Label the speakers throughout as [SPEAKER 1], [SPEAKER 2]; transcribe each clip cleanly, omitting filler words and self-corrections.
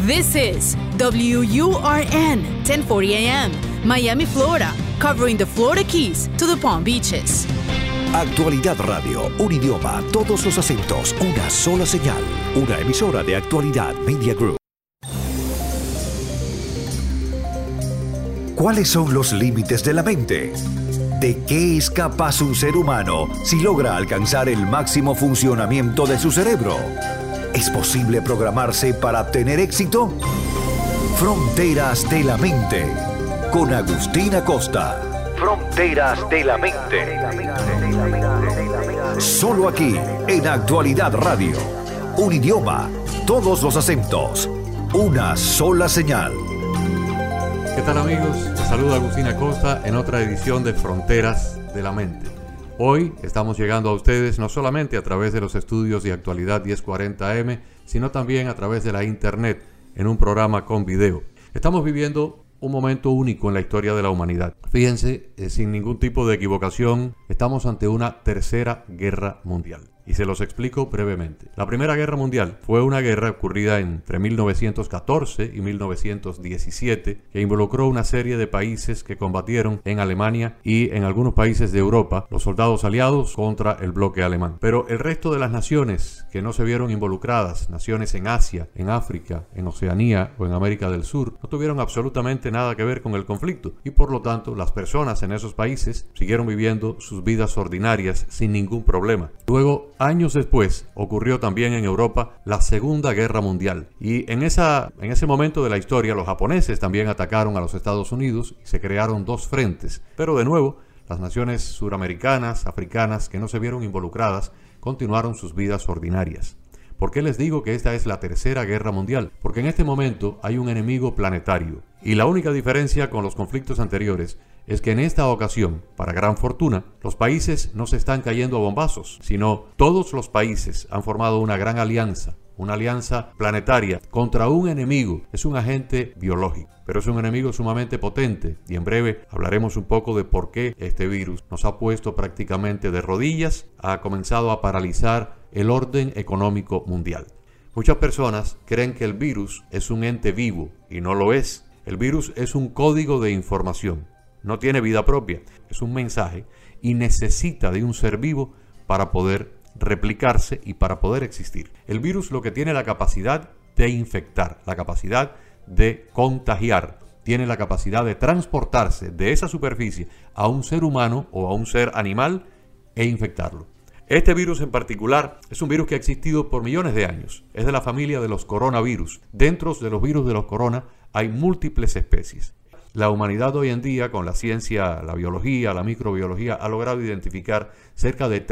[SPEAKER 1] This is WURN 1040 AM, Miami, Florida, covering the Florida Keys to the Palm Beaches.
[SPEAKER 2] Actualidad Radio, un idioma, todos los acentos, una sola señal. Una emisora de Actualidad Media Group. ¿Cuáles son los límites de la mente? ¿De qué es capaz un ser humano si logra alcanzar el máximo funcionamiento de su cerebro? ¿Es posible programarse para tener éxito? Fronteras de la Mente, con Agustín Acosta. Fronteras de la Mente. Solo aquí, en Actualidad Radio. Un idioma, todos los acentos, una sola señal.
[SPEAKER 3] ¿Qué tal, amigos? Les saluda Agustín Acosta en otra edición de Fronteras de la Mente. Hoy estamos llegando a ustedes no solamente a través de los estudios de Actualidad 1040 AM, sino también a través de la internet en un programa con video. Estamos viviendo un momento único en la historia de la humanidad. Fíjense, sin ningún tipo de equivocación, estamos ante una tercera guerra mundial. Y se los explico brevemente. La Primera Guerra Mundial fue una guerra ocurrida entre 1914 y 1917 que involucró una serie de países que combatieron en Alemania y en algunos países de Europa los soldados aliados contra el bloque alemán. Pero el resto de las naciones que no se vieron involucradas, naciones en Asia, en África, en Oceanía o en América del Sur, no tuvieron absolutamente nada que ver con el conflicto y por lo tanto las personas en esos países siguieron viviendo sus vidas ordinarias sin ningún problema. Luego, años después, ocurrió también en Europa la Segunda Guerra Mundial. Y en ese momento de la historia, los japoneses también atacaron a los Estados Unidos y se crearon dos frentes. Pero de nuevo, las naciones suramericanas, africanas, que no se vieron involucradas, continuaron sus vidas ordinarias. ¿Por qué les digo que esta es la Tercera Guerra Mundial? Porque en este momento hay un enemigo planetario. Y la única diferencia con los conflictos anteriores es que en esta ocasión, para gran fortuna, los países no se están cayendo a bombazos, sino todos los países han formado una gran alianza, una alianza planetaria contra un enemigo. Es un agente biológico, pero es un enemigo sumamente potente y en breve hablaremos un poco de por qué este virus nos ha puesto prácticamente de rodillas, ha comenzado a paralizar el orden económico mundial. Muchas personas creen que el virus es un ente vivo y no lo es. El virus es un código de información. No tiene vida propia, es un mensaje y necesita de un ser vivo para poder replicarse y para poder existir. El virus lo que tiene la capacidad de infectar, la capacidad de contagiar, tiene la capacidad de transportarse de esa superficie a un ser humano o a un ser animal e infectarlo. Este virus en particular es un virus que ha existido por millones de años. Es de la familia de los coronavirus. Dentro de los virus de los corona hay múltiples especies. La humanidad hoy en día, con la ciencia, la biología, la microbiología, ha logrado identificar cerca de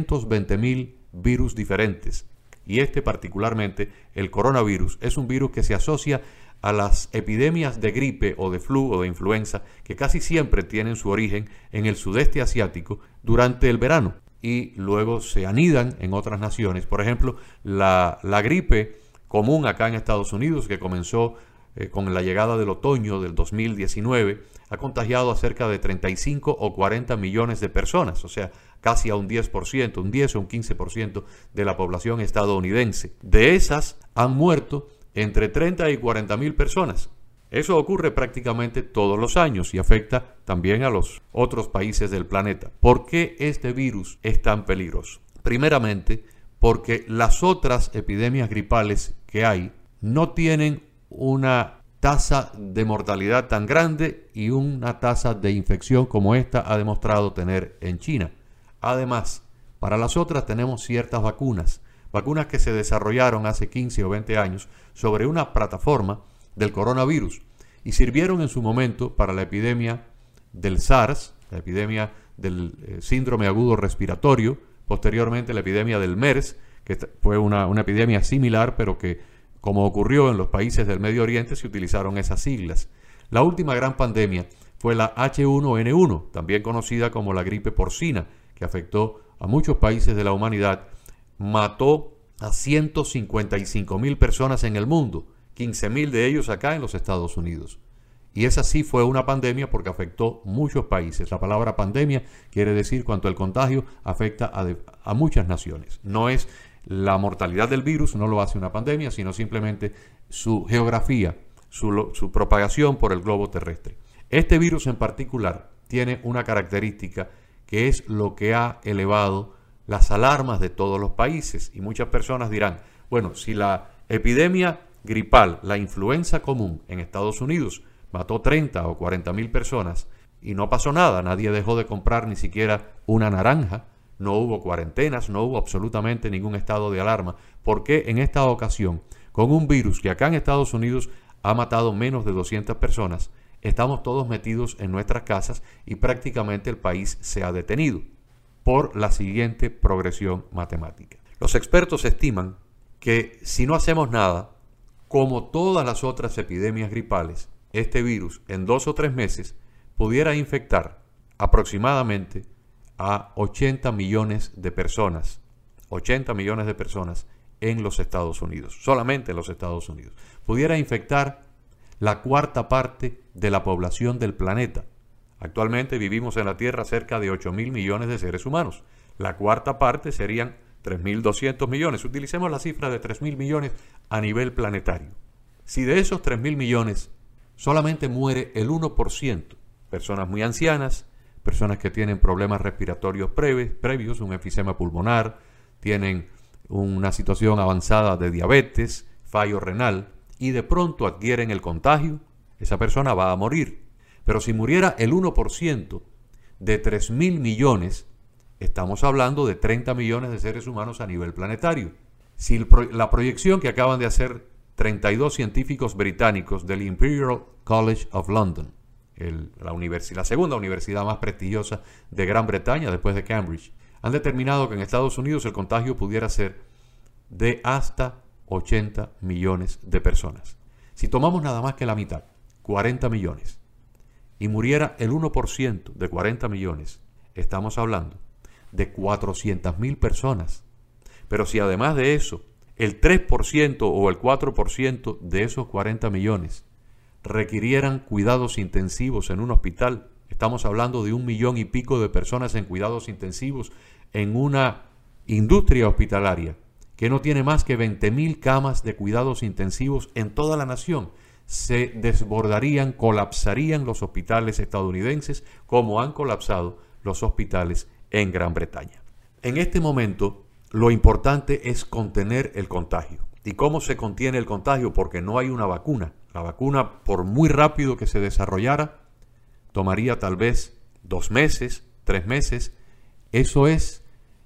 [SPEAKER 3] 320.000 virus diferentes. Y este particularmente, el coronavirus, es un virus que se asocia a las epidemias de gripe o de flu o de influenza que casi siempre tienen su origen en el sudeste asiático durante el verano y luego se anidan en otras naciones. Por ejemplo, la gripe común acá en Estados Unidos, que comenzó con la llegada del otoño del 2019, ha contagiado a cerca de 35 o 40 millones de personas, o sea, casi a un 10%, un 10 o un 15% de la población estadounidense. De esas han muerto entre 30 y 40 mil personas. Eso ocurre prácticamente todos los años y afecta también a los otros países del planeta. ¿Por qué este virus es tan peligroso? Primeramente, porque las otras epidemias gripales que hay no tienen una tasa de mortalidad tan grande y una tasa de infección como esta ha demostrado tener en China. Además, para las otras tenemos ciertas vacunas que se desarrollaron hace 15 o 20 años sobre una plataforma del coronavirus y sirvieron en su momento para la epidemia del SARS, la epidemia del síndrome agudo respiratorio, posteriormente la epidemia del MERS, que fue una epidemia similar, pero que, como ocurrió en los países del Medio Oriente, se utilizaron esas siglas. La última gran pandemia fue la H1N1, también conocida como la gripe porcina, que afectó a muchos países de la humanidad, mató a 155.000 personas en el mundo, 15.000 de ellos acá en los Estados Unidos. Y esa sí fue una pandemia porque afectó muchos países. La palabra pandemia quiere decir cuando el contagio afecta a muchas naciones. No es la mortalidad del virus no lo hace una pandemia, sino simplemente su geografía, su propagación por el globo terrestre. Este virus en particular tiene una característica que es lo que ha elevado las alarmas de todos los países. Y muchas personas dirán, bueno, si la epidemia gripal, la influenza común en Estados Unidos mató 30 o 40 mil personas y no pasó nada, nadie dejó de comprar ni siquiera una naranja, no hubo cuarentenas, no hubo absolutamente ningún estado de alarma, ¿por qué en esta ocasión, con un virus que acá en Estados Unidos ha matado menos de 200 personas, estamos todos metidos en nuestras casas y prácticamente el país se ha detenido por la siguiente progresión matemática? Los expertos estiman que si no hacemos nada, como todas las otras epidemias gripales, este virus en 2 o 3 meses pudiera infectar aproximadamente a 80 millones de personas. 80 millones de personas en los Estados Unidos, solamente en los Estados Unidos. Pudiera infectar la 1/4 parte de la población del planeta. Actualmente vivimos en la Tierra cerca de 8.000 millones de seres humanos. La 1/4 parte serían 3.200 millones. Utilicemos la cifra de 3.000 millones a nivel planetario. Si de esos 3.000 millones solamente muere el 1%, personas muy ancianas, personas que tienen problemas respiratorios previos, un enfisema pulmonar, tienen una situación avanzada de diabetes, fallo renal, y de pronto adquieren el contagio, esa persona va a morir. Pero si muriera el 1% de 3.000 millones, estamos hablando de 30 millones de seres humanos a nivel planetario. Si la proyección que acaban de hacer 32 científicos británicos del Imperial College of London, la segunda universidad más prestigiosa de Gran Bretaña después de Cambridge, han determinado que en Estados Unidos el contagio pudiera ser de hasta 80 millones de personas. Si tomamos nada más que la mitad, 40 millones, y muriera el 1% de 40 millones, estamos hablando de 400.000 personas. Pero si además de eso, el 3% o el 4% de esos 40 millones requirieran cuidados intensivos en un hospital, estamos hablando de 1 millón y pico de personas en cuidados intensivos en una industria hospitalaria que no tiene más que 20.000 camas de cuidados intensivos en toda la nación. Se desbordarían, colapsarían los hospitales estadounidenses como han colapsado los hospitales en Gran Bretaña. En este momento, lo importante es contener el contagio. ¿Y cómo se contiene el contagio? Porque no hay una vacuna. La vacuna, por muy rápido que se desarrollara, tomaría tal vez 2 meses, 3 meses. Eso es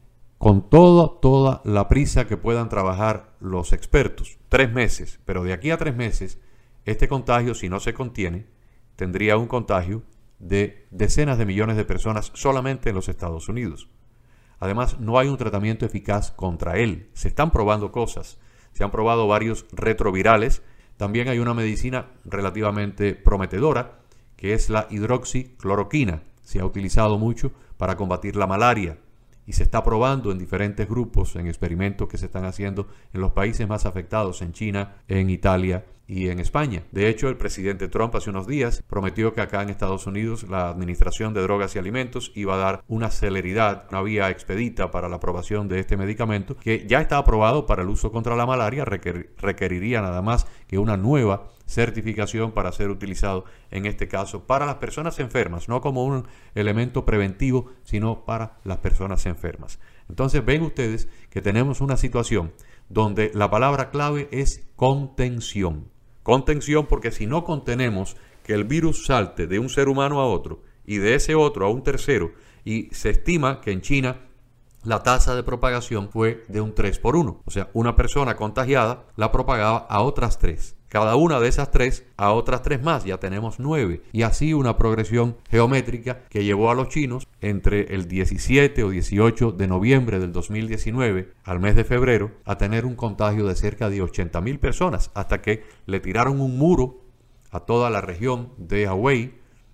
[SPEAKER 3] con toda la prisa que puedan trabajar los expertos. 3 meses. Pero de aquí a 3 meses, este contagio, si no se contiene, tendría un contagio de decenas de millones de personas solamente en los Estados Unidos. Además, no hay un tratamiento eficaz contra él. Se están probando cosas. Se han probado varios retrovirales. También hay una medicina relativamente prometedora, que es la hidroxicloroquina. Se ha utilizado mucho para combatir la malaria y se está probando en diferentes grupos, en experimentos que se están haciendo en los países más afectados, en China, en Italia y en España. De hecho, el presidente Trump hace unos días prometió que acá en Estados Unidos la Administración de Drogas y Alimentos iba a dar una celeridad, una vía expedita para la aprobación de este medicamento que ya está aprobado para el uso contra la malaria. Requeriría nada más que una nueva certificación para ser utilizado en este caso para las personas enfermas, no como un elemento preventivo, sino para las personas enfermas. Entonces ven ustedes que tenemos una situación donde la palabra clave es contención. Contención, porque si no contenemos que el virus salte de un ser humano a otro y de ese otro a un tercero, y se estima que en China la tasa de propagación fue de un 3-por-1. O sea, una persona contagiada la propagaba a otras 3. Cada una de esas 3 a otras 3 más, ya tenemos 9. Y así una progresión geométrica que llevó a los chinos entre el 17 o 18 de noviembre del 2019 al mes de febrero a tener un contagio de cerca de 80.000 personas, hasta que le tiraron un muro a toda la región de Hubei,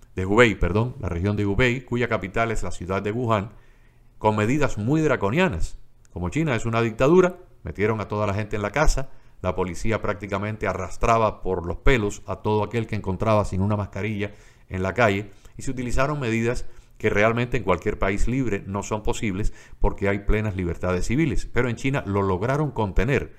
[SPEAKER 3] la región de Hubei, cuya capital es la ciudad de Wuhan, con medidas muy draconianas. Como China es una dictadura, metieron a toda la gente en la casa. La policía prácticamente arrastraba por los pelos a todo aquel que encontraba sin una mascarilla en la calle, y se utilizaron medidas que realmente en cualquier país libre no son posibles porque hay plenas libertades civiles. Pero en China lo lograron contener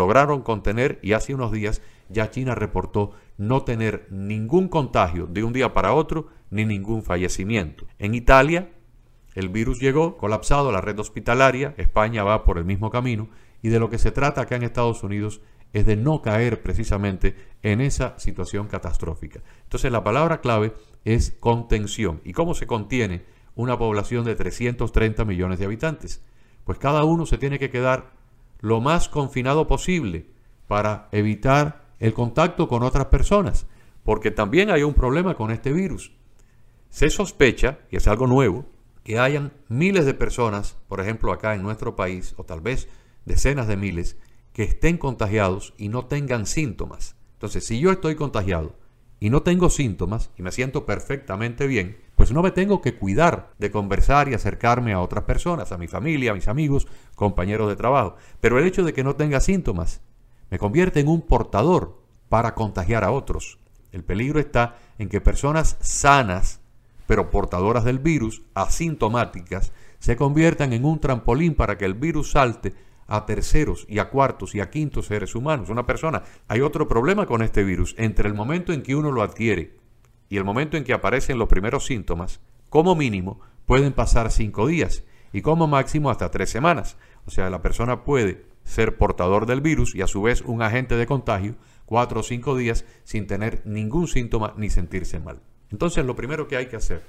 [SPEAKER 3] y hace unos días ya China reportó no tener ningún contagio de un día para otro ni ningún fallecimiento. En Italia el virus llegó colapsado a la red hospitalaria, España va por el mismo camino y de lo que se trata acá en Estados Unidos es de no caer precisamente en esa situación catastrófica. Entonces la palabra clave es contención. ¿Y cómo se contiene una población de 330 millones de habitantes? Pues cada uno se tiene que quedar lo más confinado posible para evitar el contacto con otras personas, porque también hay un problema con este virus. Se sospecha, y es algo nuevo, que hayan miles de personas, por ejemplo acá en nuestro país, o tal vez decenas de miles, que estén contagiados y no tengan síntomas. Entonces, si yo estoy contagiado y no tengo síntomas y me siento perfectamente bien, pues no me tengo que cuidar de conversar y acercarme a otras personas, a mi familia, a mis amigos, compañeros de trabajo. Pero el hecho de que no tenga síntomas me convierte en un portador para contagiar a otros. El peligro está en que personas sanas, pero portadoras del virus, asintomáticas, se conviertan en un trampolín para que el virus salte a terceros y a cuartos y a quintos seres humanos. Una persona. Hay otro problema con este virus. Entre el momento en que uno lo adquiere y el momento en que aparecen los primeros síntomas, como mínimo pueden pasar 5 días y como máximo hasta 3 semanas. O sea, la persona puede ser portador del virus y a su vez un agente de contagio 4 o 5 días sin tener ningún síntoma ni sentirse mal. Entonces, lo primero que hay que hacer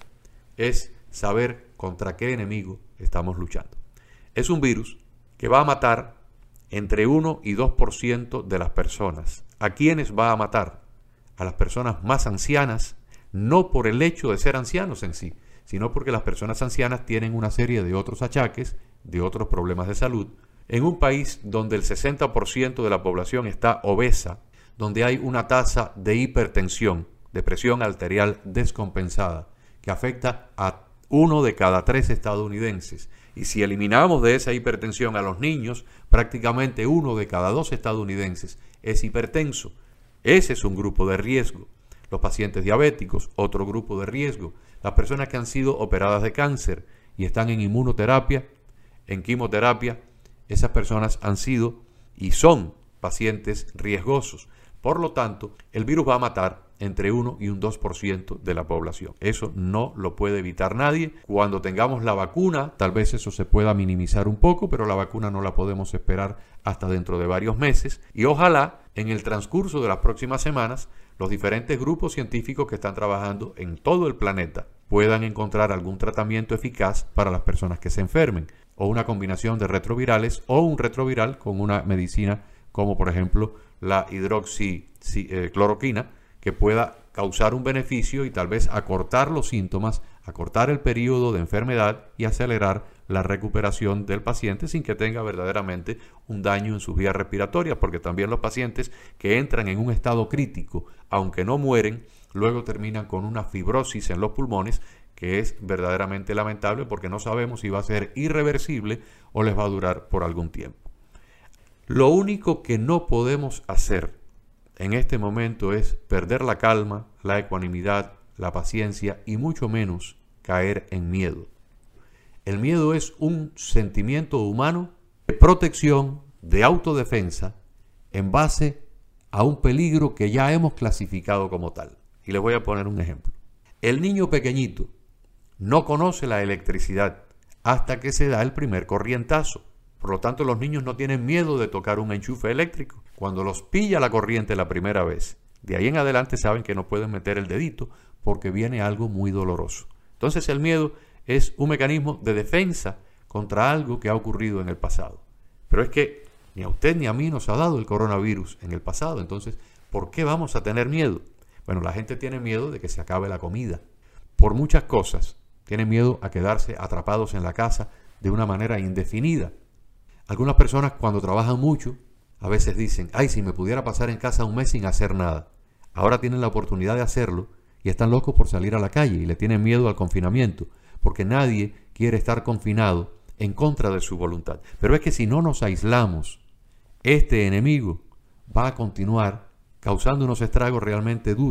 [SPEAKER 3] es saber contra qué enemigo estamos luchando. Es un virus que va a matar entre 1 y 2% de las personas. ¿A quiénes va a matar? A las personas más ancianas, no por el hecho de ser ancianos en sí, sino porque las personas ancianas tienen una serie de otros achaques, de otros problemas de salud. En un país donde el 60% de la población está obesa, donde hay una tasa de hipertensión, de presión arterial descompensada, que afecta a 1 de cada 3 estadounidenses. Y si eliminamos de esa hipertensión a los niños, prácticamente 1 de cada 2 estadounidenses es hipertenso. Ese es un grupo de riesgo. Los pacientes diabéticos, otro grupo de riesgo. Las personas que han sido operadas de cáncer y están en inmunoterapia, en quimioterapia, esas personas han sido y son pacientes riesgosos. Por lo tanto, el virus va a matar entre 1 y un 2% de la población. Eso no lo puede evitar nadie. Cuando tengamos la vacuna, tal vez eso se pueda minimizar un poco, pero la vacuna no la podemos esperar hasta dentro de varios meses. Y ojalá, en el transcurso de las próximas semanas, los diferentes grupos científicos que están trabajando en todo el planeta puedan encontrar algún tratamiento eficaz para las personas que se enfermen, o una combinación de retrovirales o un retroviral con una medicina como por ejemplo la hidroxicloroquina, que pueda causar un beneficio y tal vez acortar los síntomas, acortar el periodo de enfermedad y acelerar la recuperación del paciente sin que tenga verdaderamente un daño en sus vías respiratorias, porque también los pacientes que entran en un estado crítico, aunque no mueren, luego terminan con una fibrosis en los pulmones que es verdaderamente lamentable porque no sabemos si va a ser irreversible o les va a durar por algún tiempo. Lo único que no podemos hacer en este momento es perder la calma, la ecuanimidad, la paciencia y mucho menos caer en miedo. El miedo es un sentimiento humano de protección, de autodefensa, en base a un peligro que ya hemos clasificado como tal. Y les voy a poner un ejemplo. El niño pequeñito no conoce la electricidad hasta que se da el primer corrientazo. Por lo tanto, los niños no tienen miedo de tocar un enchufe eléctrico. Cuando los pilla la corriente la primera vez, de ahí en adelante saben que no pueden meter el dedito porque viene algo muy doloroso. Entonces el miedo es un mecanismo de defensa contra algo que ha ocurrido en el pasado. Pero es que ni a usted ni a mí nos ha dado el coronavirus en el pasado. Entonces, ¿por qué vamos a tener miedo? Bueno, la gente tiene miedo de que se acabe la comida. Por muchas cosas. Tienen miedo a quedarse atrapados en la casa de una manera indefinida. Algunas personas cuando trabajan mucho, a veces dicen, ay, si me pudiera pasar en casa un mes sin hacer nada. Ahora tienen la oportunidad de hacerlo y están locos por salir a la calle y le tienen miedo al confinamiento, porque nadie quiere estar confinado en contra de su voluntad. Pero es que si no nos aislamos, este enemigo va a continuar causando unos estragos realmente duros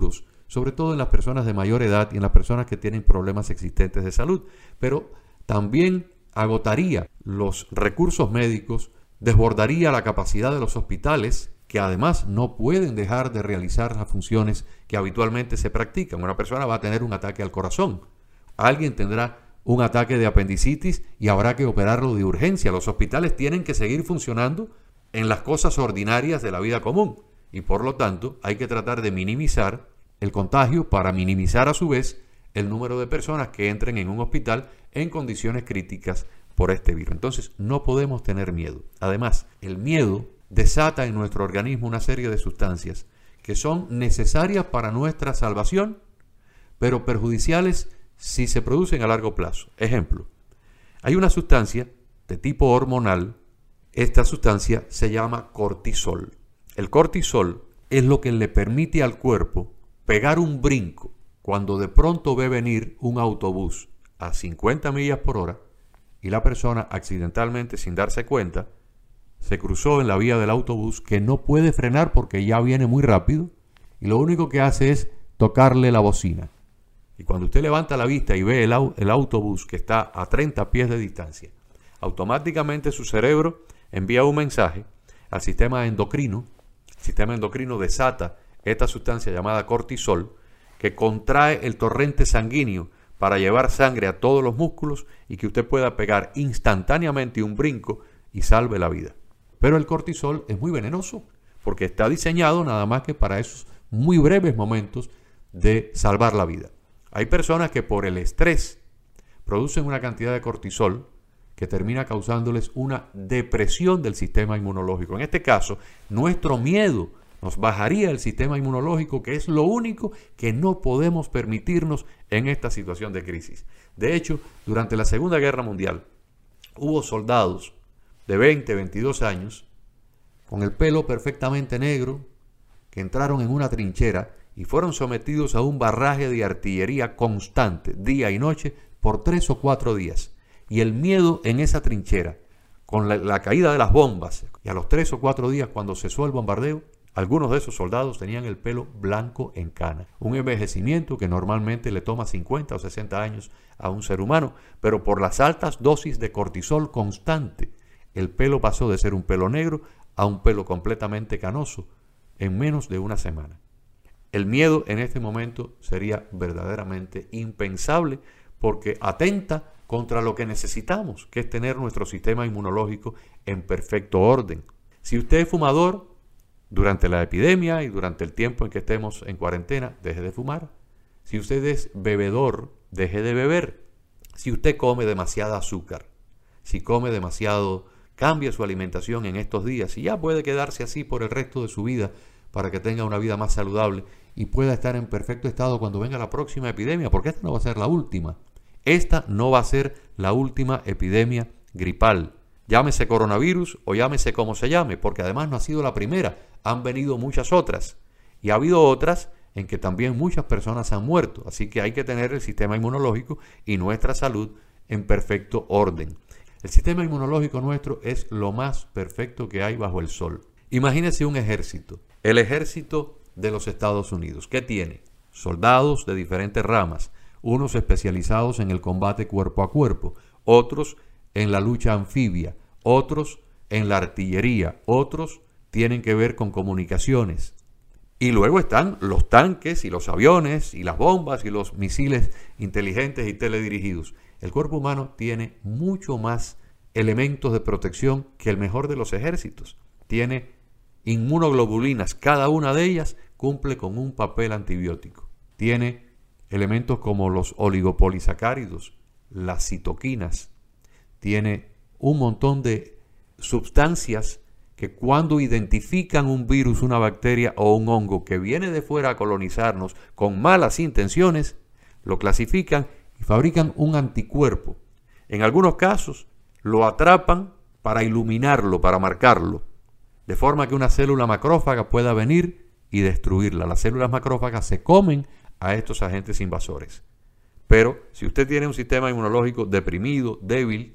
[SPEAKER 3] sobre todo en las personas de mayor edad y en las personas que tienen problemas existentes de salud, pero también agotaría los recursos médicos, desbordaría la capacidad de los hospitales, que además no pueden dejar de realizar las funciones que habitualmente se practican. Una persona va a tener un ataque al corazón, alguien tendrá un ataque de apendicitis y habrá que operarlo de urgencia. Los hospitales tienen que seguir funcionando en las cosas ordinarias de la vida común y por lo tanto hay que tratar de minimizar el contagio para minimizar a su vez el número de personas que entren en un hospital en condiciones críticas por este virus. Entonces no podemos tener miedo. Además, el miedo desata en nuestro organismo una serie de sustancias que son necesarias para nuestra salvación, pero perjudiciales si se producen a largo plazo. Ejemplo, hay una sustancia de tipo hormonal, esta sustancia se llama cortisol. El cortisol es lo que le permite al cuerpo pegar un brinco cuando de pronto ve venir un autobús a 50 millas por hora y la persona accidentalmente, sin darse cuenta, se cruzó en la vía del autobús que no puede frenar porque ya viene muy rápido y lo único que hace es tocarle la bocina. Y cuando usted levanta la vista y ve el autobús que está a 30 pies de distancia, automáticamente su cerebro envía un mensaje al sistema endocrino. El sistema endocrino desata esta sustancia llamada cortisol que contrae el torrente sanguíneo para llevar sangre a todos los músculos y que usted pueda pegar instantáneamente un brinco y salve la vida. Pero el cortisol es muy venenoso porque está diseñado nada más que para esos muy breves momentos de salvar la vida. Hay personas que por el estrés producen una cantidad de cortisol que termina causándoles una depresión del sistema inmunológico. En este caso, nuestro miedo nos bajaría el sistema inmunológico, que es lo único que no podemos permitirnos en esta situación de crisis. De hecho, durante la Segunda Guerra Mundial, hubo soldados de 20, 22 años, con el pelo perfectamente negro, que entraron en una trinchera y fueron sometidos a un barraje de artillería constante, día y noche, por 3 o 4 días. Y el miedo en esa trinchera, con la caída de las bombas, y a los 3 o 4 días cuando cesó el bombardeo, algunos de esos soldados tenían el pelo blanco en cana. Un envejecimiento que normalmente le toma 50 o 60 años a un ser humano, pero por las altas dosis de cortisol constante, el pelo pasó de ser un pelo negro a un pelo completamente canoso en menos de una semana. El miedo en este momento sería verdaderamente impensable porque atenta contra lo que necesitamos, que es tener nuestro sistema inmunológico en perfecto orden. Si usted es fumador, durante la epidemia y durante el tiempo en que estemos en cuarentena, deje de fumar. Si usted es bebedor, deje de beber. Si usted come demasiada azúcar, si come demasiado, cambie su alimentación en estos días y ya puede quedarse así por el resto de su vida para que tenga una vida más saludable y pueda estar en perfecto estado cuando venga la próxima epidemia, porque esta no va a ser la última. Esta no va a ser la última epidemia gripal. Llámese coronavirus o llámese como se llame, porque además no ha sido la primera. Han venido muchas otras y ha habido otras en que también muchas personas han muerto. Así que hay que tener el sistema inmunológico y nuestra salud en perfecto orden. El sistema inmunológico nuestro es lo más perfecto que hay bajo el sol. Imagínese un ejército, el ejército de los Estados Unidos. ¿Qué tiene? Soldados de diferentes ramas, unos especializados en el combate cuerpo a cuerpo, otros en la lucha anfibia, otros en la artillería, otros tienen que ver con comunicaciones. Y luego están los tanques y los aviones y las bombas y los misiles inteligentes y teledirigidos. El cuerpo humano tiene mucho más elementos de protección que el mejor de los ejércitos. Tiene inmunoglobulinas, cada una de ellas cumple con un papel antibiótico. Tiene elementos como los oligopolisacáridos, las citoquinas. Tiene un montón de sustancias que cuando identifican un virus, una bacteria o un hongo que viene de fuera a colonizarnos con malas intenciones, lo clasifican y fabrican un anticuerpo. En algunos casos lo atrapan para iluminarlo, para marcarlo, de forma que una célula macrófaga pueda venir y destruirla. Las células macrófagas se comen a estos agentes invasores. Pero si usted tiene un sistema inmunológico deprimido, débil,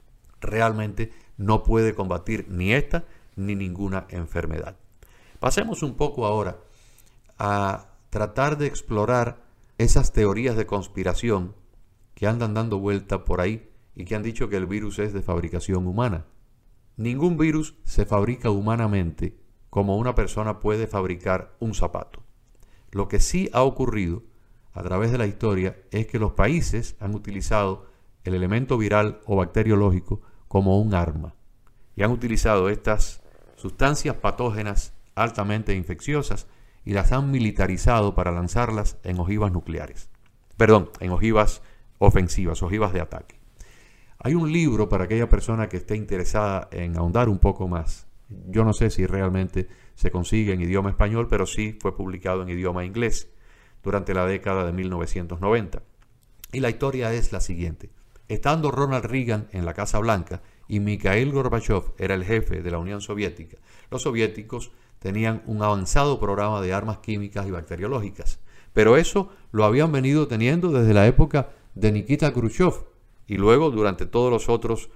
[SPEAKER 3] realmente no puede combatir ni esta ni ninguna enfermedad. Pasemos un poco ahora a tratar de explorar esas teorías de conspiración que andan dando vuelta por ahí y que han dicho que el virus es de fabricación humana. Ningún virus se fabrica humanamente como una persona puede fabricar un zapato. Lo que sí ha ocurrido a través de la historia es que los países han utilizado el elemento viral o bacteriológico como un arma y han utilizado estas sustancias patógenas altamente infecciosas y las han militarizado para lanzarlas en ojivas nucleares. Perdón, en ojivas ofensivas, ojivas de ataque. Hay un libro para aquella persona que esté interesada en ahondar un poco más. Yo no sé si realmente se consigue en idioma español, pero sí fue publicado en idioma inglés durante la década de 1990. Y la historia es la siguiente. Estando Ronald Reagan en la Casa Blanca y Mikhail Gorbachev era el jefe de la Unión Soviética, los soviéticos tenían un avanzado programa de armas químicas y bacteriológicas. Pero eso lo habían venido teniendo desde la época de Nikita Khrushchev y luego durante todos los otros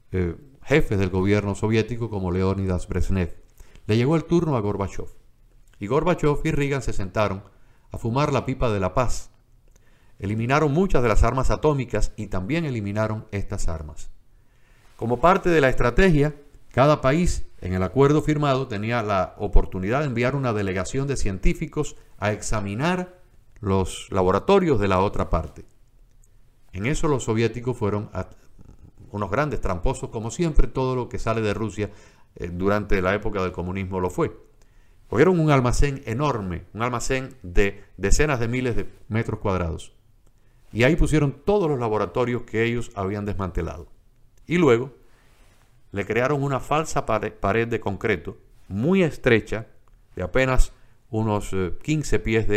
[SPEAKER 3] jefes del gobierno soviético como Leónidas Brezhnev. Le llegó el turno a Gorbachev. Y Gorbachev y Reagan se sentaron a fumar la pipa de la paz. Eliminaron muchas de las armas atómicas y también eliminaron estas armas. Como parte de la estrategia, cada país en el acuerdo firmado tenía la oportunidad de enviar una delegación de científicos a examinar los laboratorios de la otra parte. En eso los soviéticos fueron unos grandes tramposos, como siempre todo lo que sale de Rusia durante la época del comunismo lo fue. Cogieron un almacén enorme, un almacén de decenas de miles de metros cuadrados. Y ahí pusieron todos los laboratorios que ellos habían desmantelado. Y luego le crearon una falsa pared de concreto muy estrecha, de apenas unos 15 pies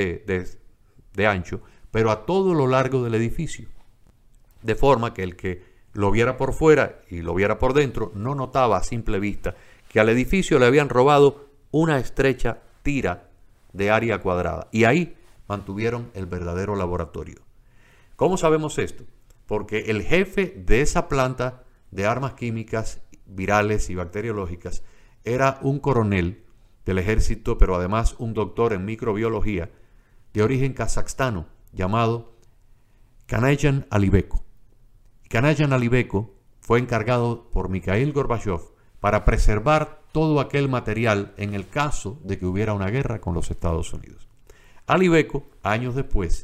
[SPEAKER 3] de ancho, pero a todo lo largo del edificio. De forma que el que lo viera por fuera y lo viera por dentro no notaba a simple vista que al edificio le habían robado una estrecha tira de área cuadrada. Y ahí mantuvieron el verdadero laboratorio. ¿Cómo sabemos esto? Porque el jefe de esa planta de armas químicas, virales y bacteriológicas era un coronel del ejército, pero además un doctor en microbiología de origen kazajstano llamado Kanajan Alibekov. Kanajan Alibekov fue encargado por Mikhail Gorbachev para preservar todo aquel material en el caso de que hubiera una guerra con los Estados Unidos. Alibekov, años después,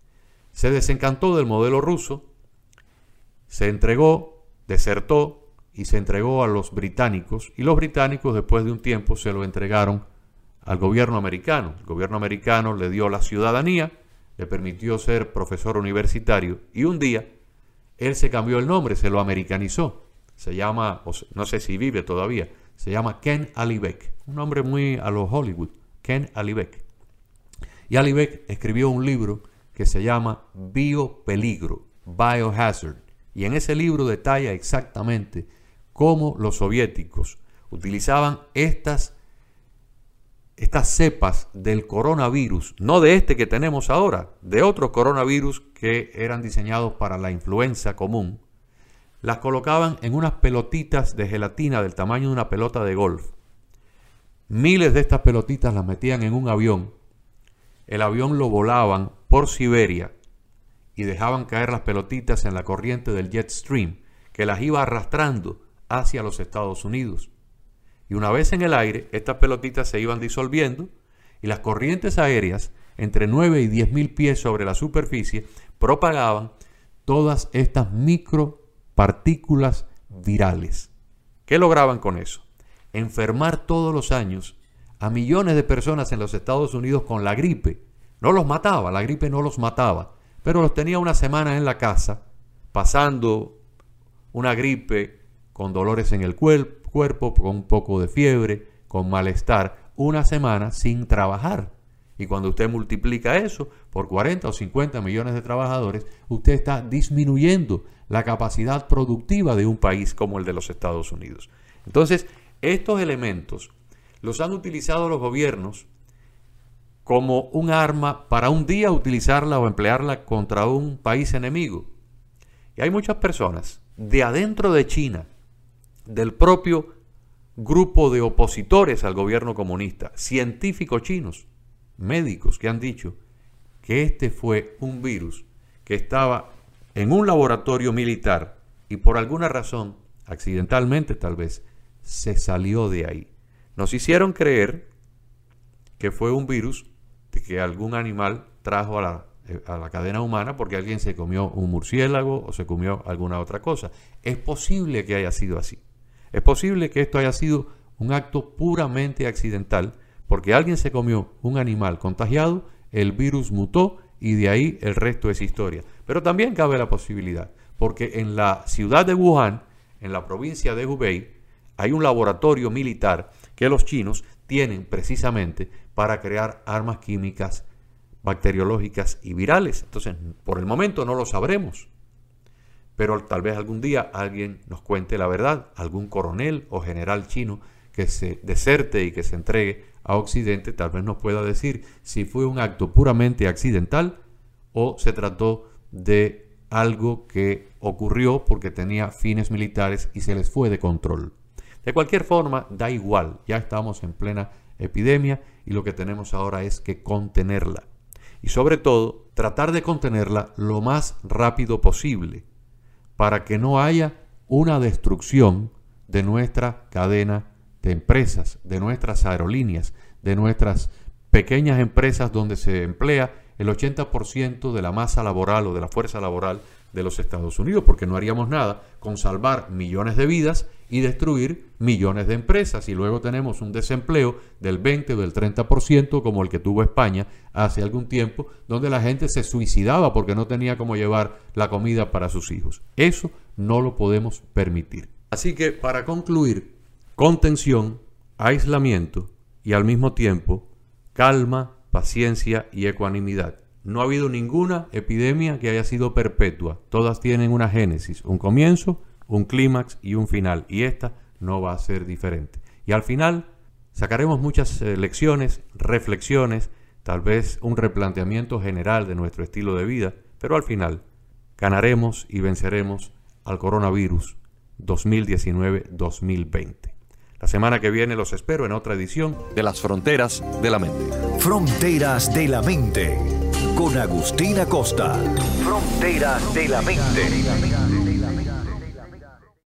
[SPEAKER 3] se desencantó del modelo ruso, se entregó, desertó y se entregó a los británicos, y los británicos después de un tiempo se lo entregaron al gobierno americano. El gobierno americano le dio la ciudadanía, le permitió ser profesor universitario y un día él se cambió el nombre, se lo americanizó. Se llama, no sé si vive todavía, se llama Ken Alibek, un nombre muy a los Hollywood, Ken Alibek. Y Alibek escribió un libro que se llama Biopeligro, Biohazard, y en ese libro detalla exactamente cómo los soviéticos utilizaban estas cepas del coronavirus, no de este que tenemos ahora, de otros coronavirus que eran diseñados para la influenza común. Las colocaban en unas pelotitas de gelatina del tamaño de una pelota de golf. Miles de estas pelotitas las metían en un avión. El avión lo volaban por Siberia y dejaban caer las pelotitas en la corriente del jet stream, que las iba arrastrando hacia los Estados Unidos. Y una vez en el aire, estas pelotitas se iban disolviendo y las corrientes aéreas, entre 9 y 10 mil pies sobre la superficie, propagaban todas estas micropartículas virales. ¿Qué lograban con eso? Enfermar todos los años a millones de personas en los Estados Unidos con la gripe. No los mataba, la gripe no los mataba, pero los tenía una semana en la casa, pasando una gripe con dolores en el cuerpo, con un poco de fiebre, con malestar, una semana sin trabajar. Y cuando usted multiplica eso por 40 o 50 millones de trabajadores, usted está disminuyendo la capacidad productiva de un país como el de los Estados Unidos. Entonces, estos elementos los han utilizado los gobiernos como un arma para un día utilizarla o emplearla contra un país enemigo. Y hay muchas personas de adentro de China, del propio grupo de opositores al gobierno comunista, científicos chinos, médicos que han dicho que este fue un virus que estaba en un laboratorio militar y por alguna razón, accidentalmente tal vez, se salió de ahí. Nos hicieron creer que fue un virus de que algún animal trajo a la cadena humana porque alguien se comió un murciélago o se comió alguna otra cosa. Es posible que haya sido así. Es posible que esto haya sido un acto puramente accidental porque alguien se comió un animal contagiado, el virus mutó y de ahí el resto es historia. Pero también cabe la posibilidad, porque en la ciudad de Wuhan, en la provincia de Hubei, hay un laboratorio militar que los chinos tienen precisamente para crear armas químicas, bacteriológicas y virales. Entonces, por el momento no lo sabremos, pero tal vez algún día alguien nos cuente la verdad, algún coronel o general chino que se deserte y que se entregue a Occidente, tal vez nos pueda decir si fue un acto puramente accidental o se trató de algo que ocurrió porque tenía fines militares y se les fue de control. De cualquier forma, da igual, ya estamos en plena epidemia y lo que tenemos ahora es que contenerla. Y sobre todo, tratar de contenerla lo más rápido posible para que no haya una destrucción de nuestra cadena de empresas, de nuestras aerolíneas, de nuestras pequeñas empresas donde se emplea el 80% de la masa laboral o de la fuerza laboral de los Estados Unidos, porque no haríamos nada con salvar millones de vidas y destruir millones de empresas. Y luego tenemos un desempleo del 20 o del 30% como el que tuvo España hace algún tiempo, donde la gente se suicidaba porque no tenía cómo llevar la comida para sus hijos. Eso no lo podemos permitir. Así que, para concluir, contención, aislamiento y al mismo tiempo calma, paciencia y ecuanimidad. No ha habido ninguna epidemia que haya sido perpetua. Todas tienen una génesis, un comienzo, un clímax y un final. Y esta no va a ser diferente. Y al final sacaremos muchas lecciones, reflexiones, tal vez un replanteamiento general de nuestro estilo de vida. Pero al final ganaremos y venceremos al coronavirus 2019-2020. La semana que viene los espero en otra edición de Las Fronteras de la Mente.
[SPEAKER 2] Fronteras de la Mente, con Agustín Acosta. Fronteras de la Mente.